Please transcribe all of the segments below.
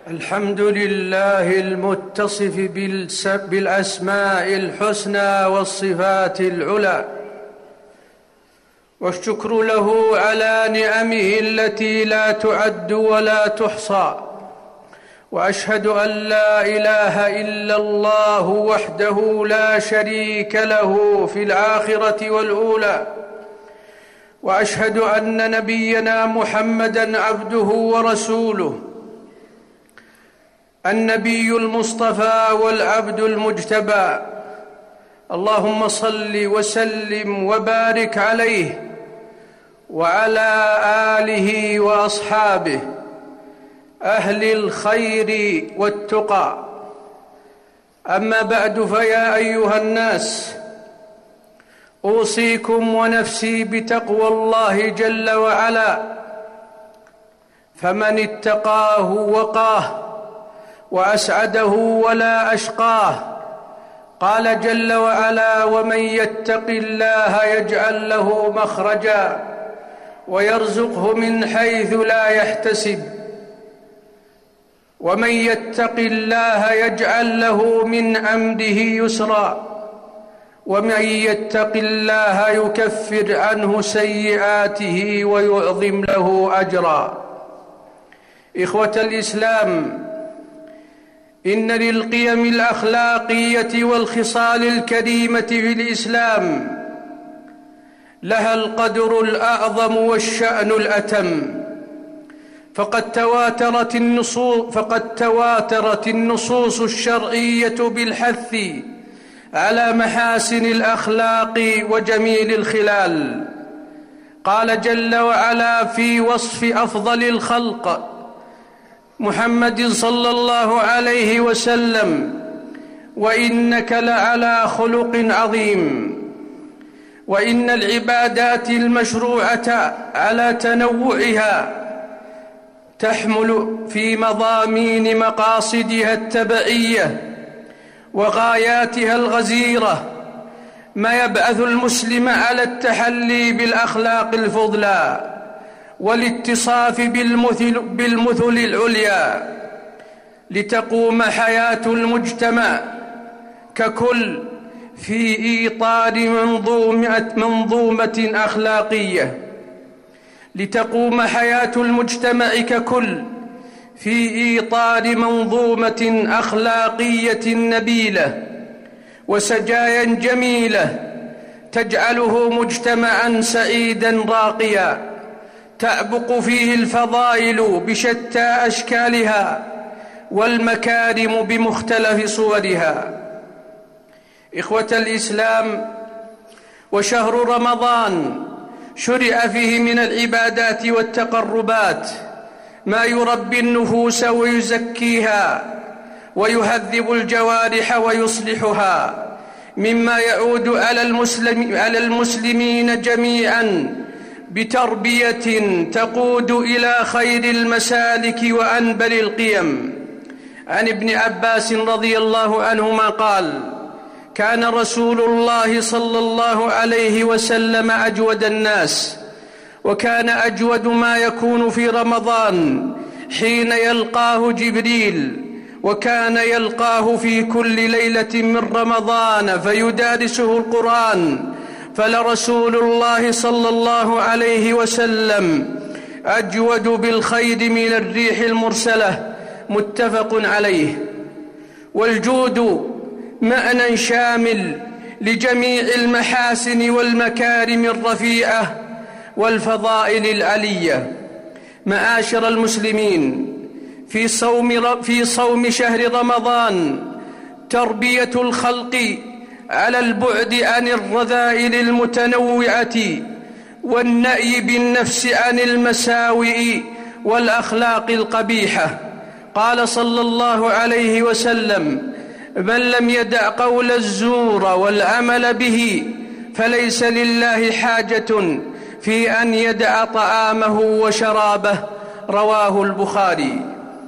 الحمد لله المتصف بالأسماء الحسنى والصفات العلى، والشكر له على نعمه التي لا تعد ولا تحصى، وأشهد أن لا إله إلا الله وحده لا شريك له في الآخرة والأولى، وأشهد أن نبينا محمدًا عبده ورسوله، النبي المصطفى والعبد المجتبى. اللهم صل وسلم وبارك عليه وعلى آله وأصحابه أهل الخير والتقى. أما بعد، فيا أيها الناس، أوصيكم ونفسي بتقوى الله جل وعلا، فمن اتقاه وقاه وأسعده ولا أشقاه. قال جل وعلا: ومن يتق الله يجعل له مخرجا ويرزقه من حيث لا يحتسب. ومن يتق الله يجعل له من أمره يسرا، ومن يتق الله يكفر عنه سيئاته ويعظم له أجرا. إخوة الإسلام، إن للقيم الأخلاقية والخصال الكريمة في الإسلام لها القدر الأعظم والشأن الأتم، فقد تواترت النصوص الشرعية بالحث على محاسن الأخلاق وجميل الخلال. قال جل وعلا في وصف أفضل الخلق محمد صلى الله عليه وسلم: وإنك لعلى خلق عظيم. وإن العبادات المشروعة على تنوعها تحمل في مضامين مقاصدها التبعية وغاياتها الغزيرة ما يبعث المسلم على التحلي بالأخلاق الفضلى والاتصاف بالمثل العليا، لتقوم حياة المجتمع ككل في إطار منظومة أخلاقية. لتقوم حياة المجتمع ككل في إطار منظومة أخلاقية نبيلة وسجايا جميلة تجعله مجتمعا سعيدا راقيا، تعبق فيه الفضائل بشتى أشكالها والمكارم بمختلف صورها. إخوة الإسلام، وشهر رمضان شرع فيه من العبادات والتقربات ما يربي النفوس ويزكيها ويهذب الجوارح ويصلحها، مما يعود على المسلمين جميعا بتربية تقود إلى خير المسالك وأنبل القيم. عن ابن عباس رضي الله عنهما قال: كان رسول الله صلى الله عليه وسلم أجود الناس، وكان أجود ما يكون في رمضان حين يلقاه جبريل، وكان يلقاه في كل ليلة من رمضان فيدارسه القرآن، فلرسول الله صلى الله عليه وسلم أجود بالخير من الريح المرسلة. متفق عليه. والجود معنى شامل لجميع المحاسن والمكارم الرفيعة والفضائل العلية. معاشر المسلمين، في صوم شهر رمضان تربية الخلق على البعد عن الرذائل المتنوعة والنأي بالنفس عن المساوئ والأخلاق القبيحة. قال صلى الله عليه وسلم: من لم يدع قول الزور والعمل به فليس لله حاجة في أن يدع طعامه وشرابه. رواه البخاري.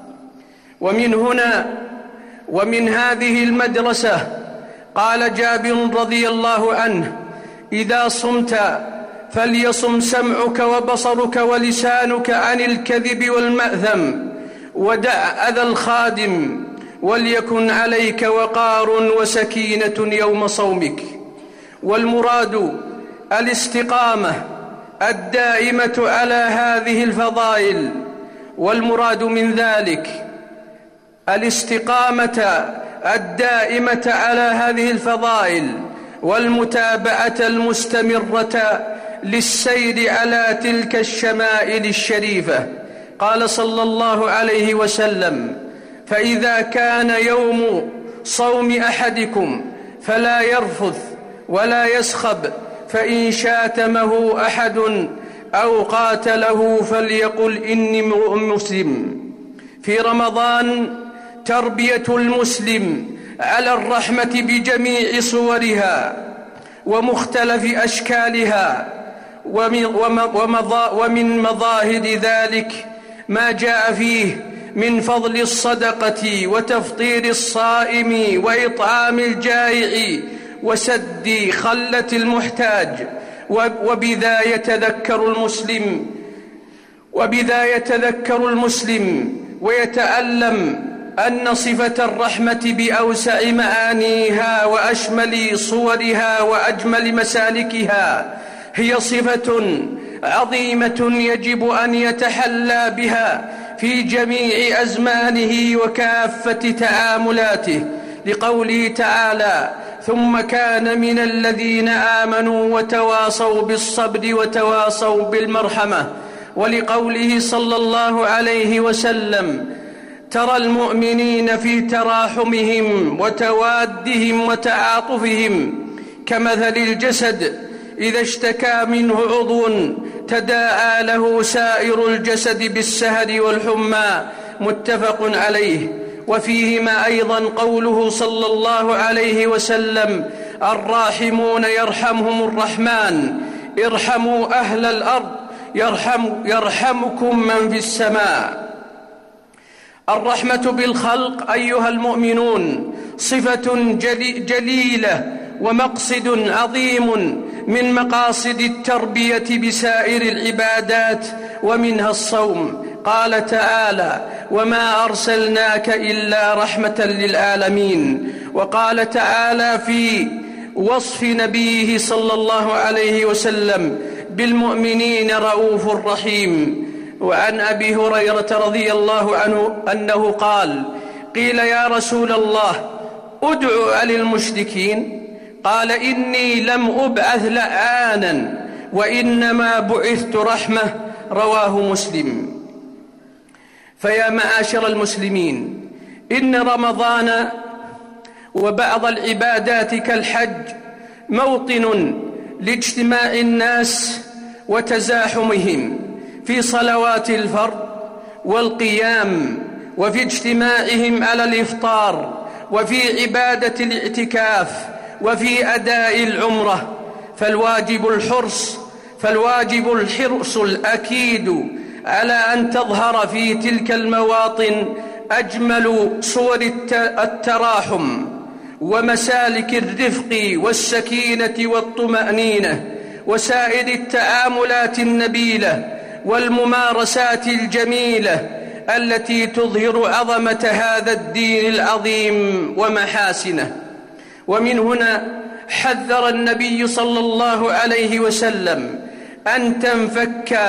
ومن هنا ومن هذه المدرسة قال جابر رضي الله عنه: إذا صمت فليصم سمعك وبصرك ولسانك عن الكذب والمأثم، ودع أذى الخادم، وليكن عليك وقار وسكينة يوم صومك. والمراد الاستقامة الدائمة على هذه الفضائل، والمراد من ذلك الاستقامة الدائمة على هذه الفضائل والمتابعة المستمرة للسير على تلك الشمائل الشريفة. قال صلى الله عليه وسلم: فإذا كان يوم صوم أحدكم فلا يرفث ولا يسخب، فإن شاتمه أحد أو قاتله فليقل إني امرؤ مسلم. في رمضان تربية المسلم على الرحمة بجميع صورها ومختلف أشكالها، ومن مظاهر ذلك ما جاء فيه من فضل الصدقة وتفطير الصائم وإطعام الجائع وسد خلة المحتاج. وبذا يتذكر المسلم ويتألم أن صفة الرحمة بأوسع معانيها وأشمل صورها وأجمل مسالكها هي صفة عظيمة يجب أن يتحلى بها في جميع أزمانه وكافة تعاملاته، لقوله تعالى: ثم كان من الذين آمنوا وتواصوا بالصبر وتواصوا بالمرحمة. ولقوله صلى الله عليه وسلم: ترى المؤمنين في تراحمهم وتوادهم وتعاطفهم كمثل الجسد إذا اشتكى منه عضو تداعى له سائر الجسد بالسهر والحمى. متفق عليه. وفيهما أيضا قوله صلى الله عليه وسلم: الراحمون يرحمهم الرحمن، ارحموا أهل الأرض يرحمكم من في السماء. الرحمة بالخلق أيها المؤمنون صفة جليلة ومقصد عظيم من مقاصد التربية بسائر العبادات، ومنها الصوم. قال تعالى: وما أرسلناك إلا رحمة للعالمين. وقال تعالى في وصف نبيه صلى الله عليه وسلم بالمؤمنين رؤوف رحيم. وعن أبي هريرة رضي الله عنه أنه قال: قيل يا رسول الله ادع للمشركين، قال: إني لم أبعث لعانا وإنما بعثت رحمة. رواه مسلم. فيا معاشر المسلمين، إن رمضان وبعض العبادات كالحج موطن لاجتماع الناس وتزاحمهم في صلوات الفرض والقيام، وفي اجتماعهم على الإفطار، وفي عبادة الاعتكاف، وفي أداء العمرة. فالواجب الحرص الأكيد على أن تظهر في تلك المواطن أجمل صور التراحم ومسالك الرفق والسكينة والطمأنينة وسائر التعاملات النبيلة والممارسات الجميلة التي تظهر عظمة هذا الدين العظيم ومحاسنه. ومن هنا حذر النبي صلى الله عليه وسلم أن تنفك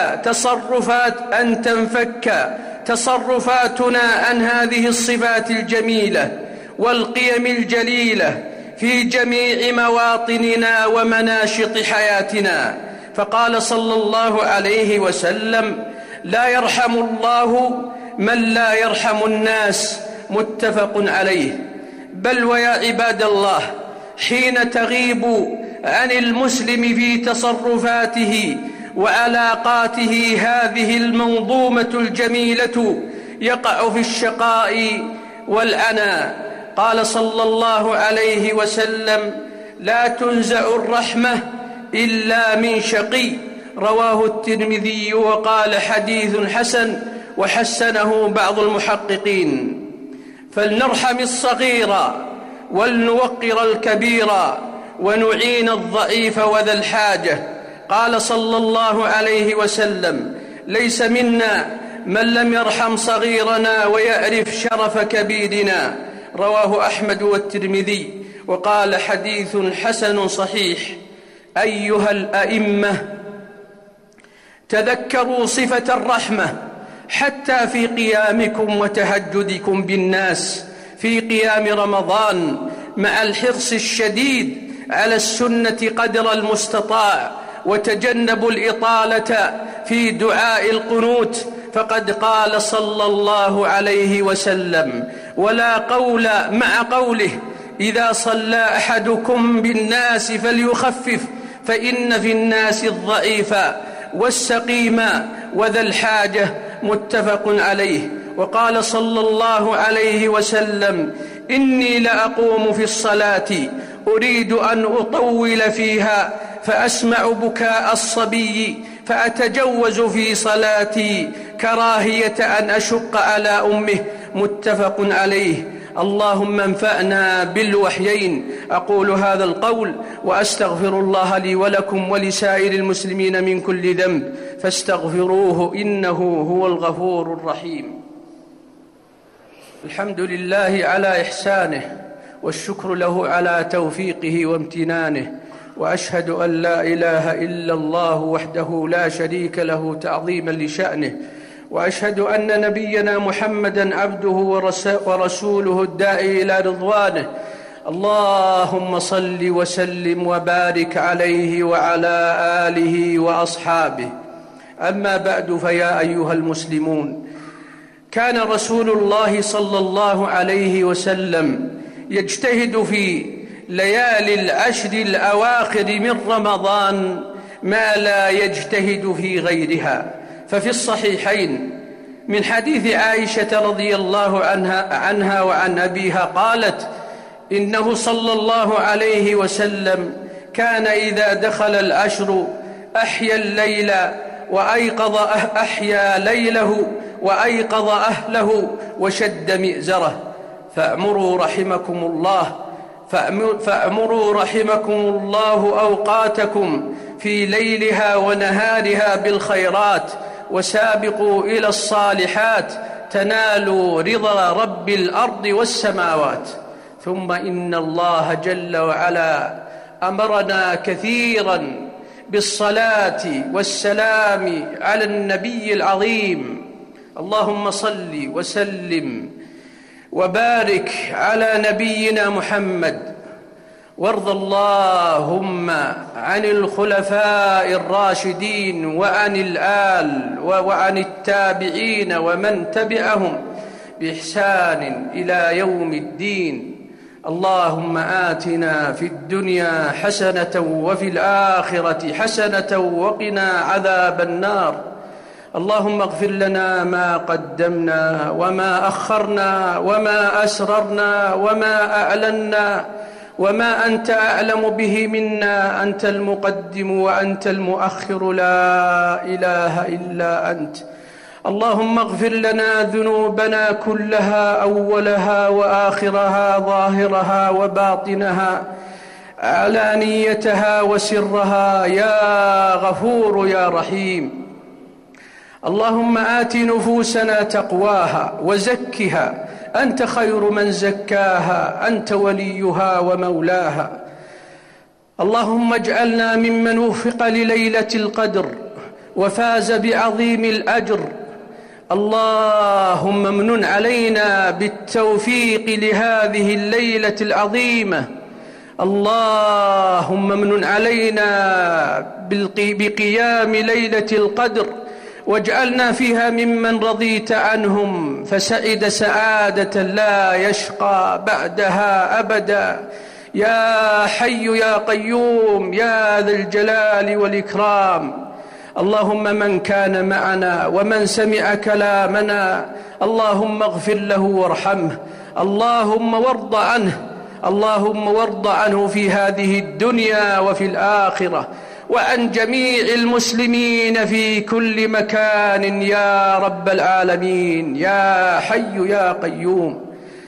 تصرفاتنا عن هذه الصفات الجميلة والقيم الجليلة في جميع مواطننا ومناشط حياتنا. فقال صلى الله عليه وسلم: لا يرحم الله من لا يرحم الناس. متفق عليه. بل ويا عباد الله، حين تغيب عن المسلم في تصرفاته وعلاقاته هذه المنظومة الجميلة يقع في الشقاء والعناء. قال صلى الله عليه وسلم: لا تنزع الرحمة إلا من شقي. رواه الترمذي وقال: حديث حسن، وحسنه بعض المحققين. فلنرحم الصغير ولنوقر الكبير ونعين الضعيف وذا الحاجة. قال صلى الله عليه وسلم: ليس منا من لم يرحم صغيرنا ويعرف شرف كبيرنا. رواه أحمد والترمذي وقال حديث حسن صحيح. أيها الأئمة، تذكروا صفة الرحمة حتى في قيامكم وتهجدكم بالناس في قيام رمضان، مع الحرص الشديد على السنة قدر المستطاع، وتجنبوا الإطالة في دعاء القنوت، فقد قال صلى الله عليه وسلم: ولا قول مع قوله: إذا صلى أحدكم بالناس فليخفف، فإن في الناس الضعيف والسقيم وذا الحاجة. متفق عليه. وقال صلى الله عليه وسلم: إني لأقوم في الصلاة أريد أن أطول فيها فأسمع بكاء الصبي فأتجوز في صلاتي كراهية أن أشق على أمه. متفق عليه. اللهم انفعنا بالوحيين. أقول هذا القول وأستغفر الله لي ولكم ولسائر المسلمين من كل ذنب، فاستغفروه إنه هو الغفور الرحيم. الحمد لله على إحسانه، والشكر له على توفيقه وامتنانه، وأشهد أن لا إله إلا الله وحده لا شريك له تعظيما لشأنه، وأشهد أن نبينا محمدا عبده ورسوله الداعي إلى رضوانه. اللهم صل وسلم وبارك عليه وعلى آله وأصحابه. أما بعد، فيا أيها المسلمون، كان رسول الله صلى الله عليه وسلم يجتهد في ليالي العشر الأواخر من رمضان ما لا يجتهد في غيرها. ففي الصحيحين من حديث عائشة رضي الله عنها وعن أبيها قالت: إنه صلى الله عليه وسلم كان إذا دخل العشر أحيا الليل أحيا ليله وأيقظ أهله وشد مئزره. فأمروا رحمكم الله أوقاتكم في ليلها ونهارها بالخيرات، وسابقوا إلى الصالحات تنالوا رضا رب الأرض والسماوات. ثم إن الله جل وعلا أمرنا كثيرا بالصلاة والسلام على النبي العظيم. اللهم صل وسلم وبارك على نبينا محمد، وارض اللهم عن الخلفاء الراشدين وعن الآل وعن التابعين ومن تبعهم بإحسان إلى يوم الدين. اللهم آتنا في الدنيا حسنة وفي الآخرة حسنة وقنا عذاب النار. اللهم اغفر لنا ما قدمنا وما أخرنا وما أسررنا وما أعلنا وما أنت أعلم به منا. أنت المقدم وأنت المؤخر، لا إله إلا أنت. اللهم اغفر لنا ذنوبنا كلها، أولها وآخرها، ظاهرها وباطنها، علانيتها وسرها، يا غفور يا رحيم. اللهم آت نفوسنا تقواها وزكها، أنت خير من زكاها، أنت وليها ومولاها. اللهم اجعلنا ممن وفق لليلة القدر وفاز بعظيم الأجر. اللهم امنن علينا بالتوفيق لهذه الليلة العظيمة. اللهم امنن علينا بقيام ليلة القدر، واجعلنا فيها ممن رضيت عنهم فسعد سعادة لا يشقى بعدها أبدا. يا حي يا قيوم يا ذا الجلال والإكرام. اللهم من كان معنا ومن سمع كلامنا اللهم اغفر له وارحمه، اللهم وارض عنه، اللهم وارض عنه في هذه الدنيا وفي الآخرة، وعن جميع المسلمين في كل مكان يا رب العالمين يا حي يا قيوم.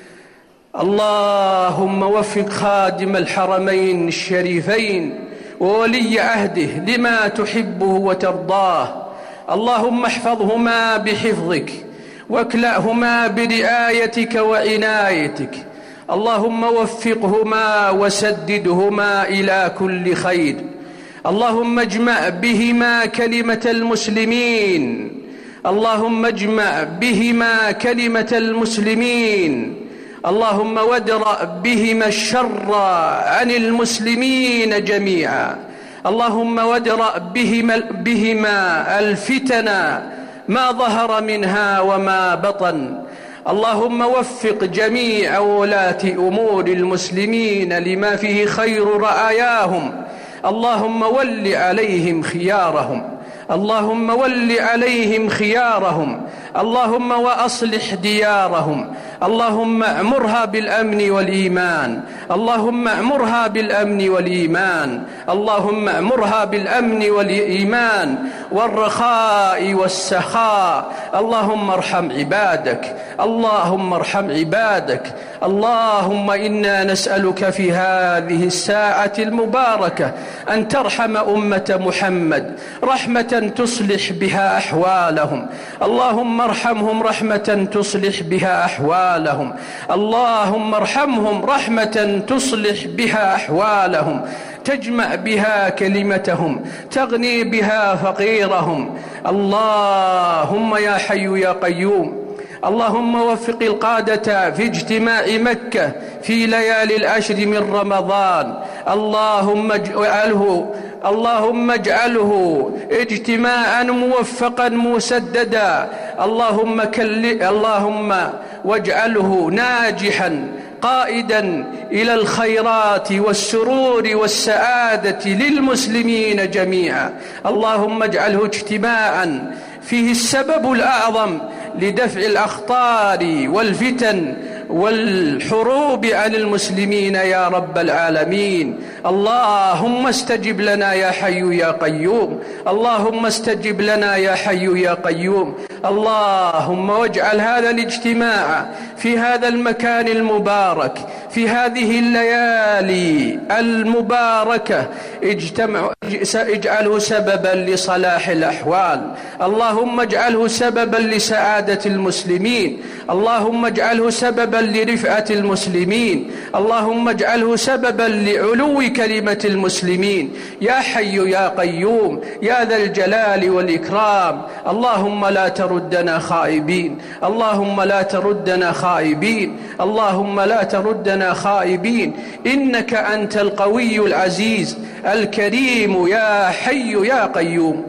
اللهم وفق خادم الحرمين الشريفين وولي عهده لما تحبه وترضاه. اللهم احفظهما بحفظك واكلأهما برعايتك وعنايتك. اللهم وفقهما وسددهما إلى كل خير. اللهم اجمع بهما كلمة المسلمين. اللهم اجمع بهما كلمة المسلمين. اللهم وادرأ بهما الشر عن المسلمين جميعا. اللهم وادرأ بهما الفتن ما ظهر منها وما بطن. اللهم وفق جميع ولاة أمور المسلمين لما فيه خير رعاياهم. اللهم ول عليهم خيارهم. اللهم ول عليهم خيارهم. اللهم وأصلح ديارهم. اللهم أعمرها بالأمن والإيمان. اللهم أعمرها بالأمن والإيمان. اللهم أعمرها بالأمن والإيمان والرخاء والسخاء. اللهم ارحم عبادك. اللهم ارحم عبادك. اللهم إنا نسألك في هذه الساعة المباركة أن ترحم أمة محمد رحمة تصلح بها أحوالهم. اللهم ارحمهم رحمة تصلح بها أحوالهم. اللهم ارحمهم رحمة تصلح بها أحوالهم، تجمع بها كلمتهم، تغني بها فقيرهم. اللهم يا حي يا قيوم، اللهم وفق القادة في اجتماع مكة في ليالي العشر من رمضان. اللهم اجعله اجتماعا موفقا مسددا. اللهم واجعله ناجحا قائدا إلى الخيرات والسرور والسعادة للمسلمين جميعا. اللهم اجعله اجتماعا فيه السبب الأعظم لدفع الأخطار والفتن والحروب عن المسلمين يا رب العالمين. اللهم استجب لنا يا حي يا قيوم. اللهم استجب لنا يا حي يا قيوم. اللهم واجعل هذا الاجتماع في هذا المكان المبارك في هذه الليالي المباركة اجعله سببا لصلاح الأحوال. اللهم اجعله سببا لسعادة المسلمين. اللهم اجعله سببا لرفعة المسلمين. اللهم اجعله سببا لعلو كلمة المسلمين يا حي يا قيوم يا ذا الجلال والإكرام. اللهم لا تردنا خائبين. اللهم لا تردنا خائبين. اللهم لا تردنا خائبين. إنك أنت القوي العزيز الكريم يا حي يا قيوم.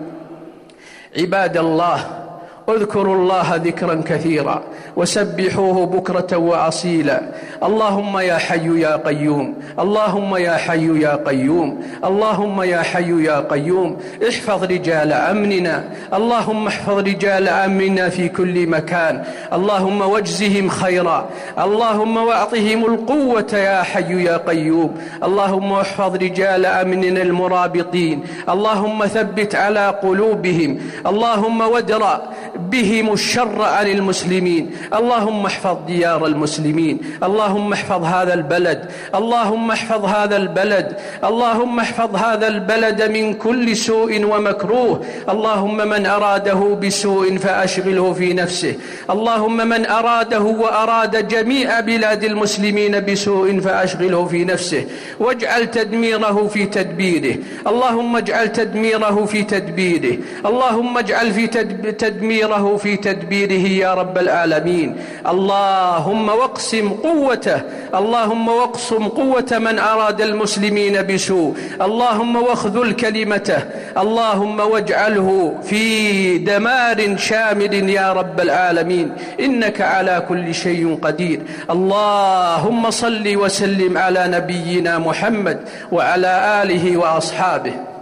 عباد الله، اذكروا الله ذكرا كثيرا وسبحوه بكرة وأصيلا. اللهم يا حي يا قيوم. اللهم يا حي يا قيوم. اللهم يا حي يا قيوم احفظ رجال أمننا. اللهم احفظ رجال أمننا في كل مكان. اللهم واجزهم خيرا. اللهم واعطهم القوة يا حي يا قيوم. اللهم احفظ رجال أمننا المرابطين. اللهم ثبت على قلوبهم. اللهم وادرأ بهم الشر عن المسلمين. اللهم احفظ ديار المسلمين. اللهم احفظ هذا البلد. اللهم احفظ هذا البلد. اللهم احفظ هذا البلد من كل سوء ومكروه. اللهم من أراده بسوء فأشغله في نفسه. اللهم من أراده وأراد جميع بلاد المسلمين بسوء فأشغله في نفسه واجعل تدميره في تدبيره. اللهم اجعل تدميره في تدبيره. اللهم اجعل في تدميره في تدبيره يا رب العالمين. اللهم واقسم قوته. اللهم واقسم قوة من أراد المسلمين بسوء. اللهم واخذل كلمته. اللهم واجعله في دمار شامل يا رب العالمين. إنك على كل شيء قدير. اللهم صل وسلم على نبينا محمد وعلى آله وأصحابه.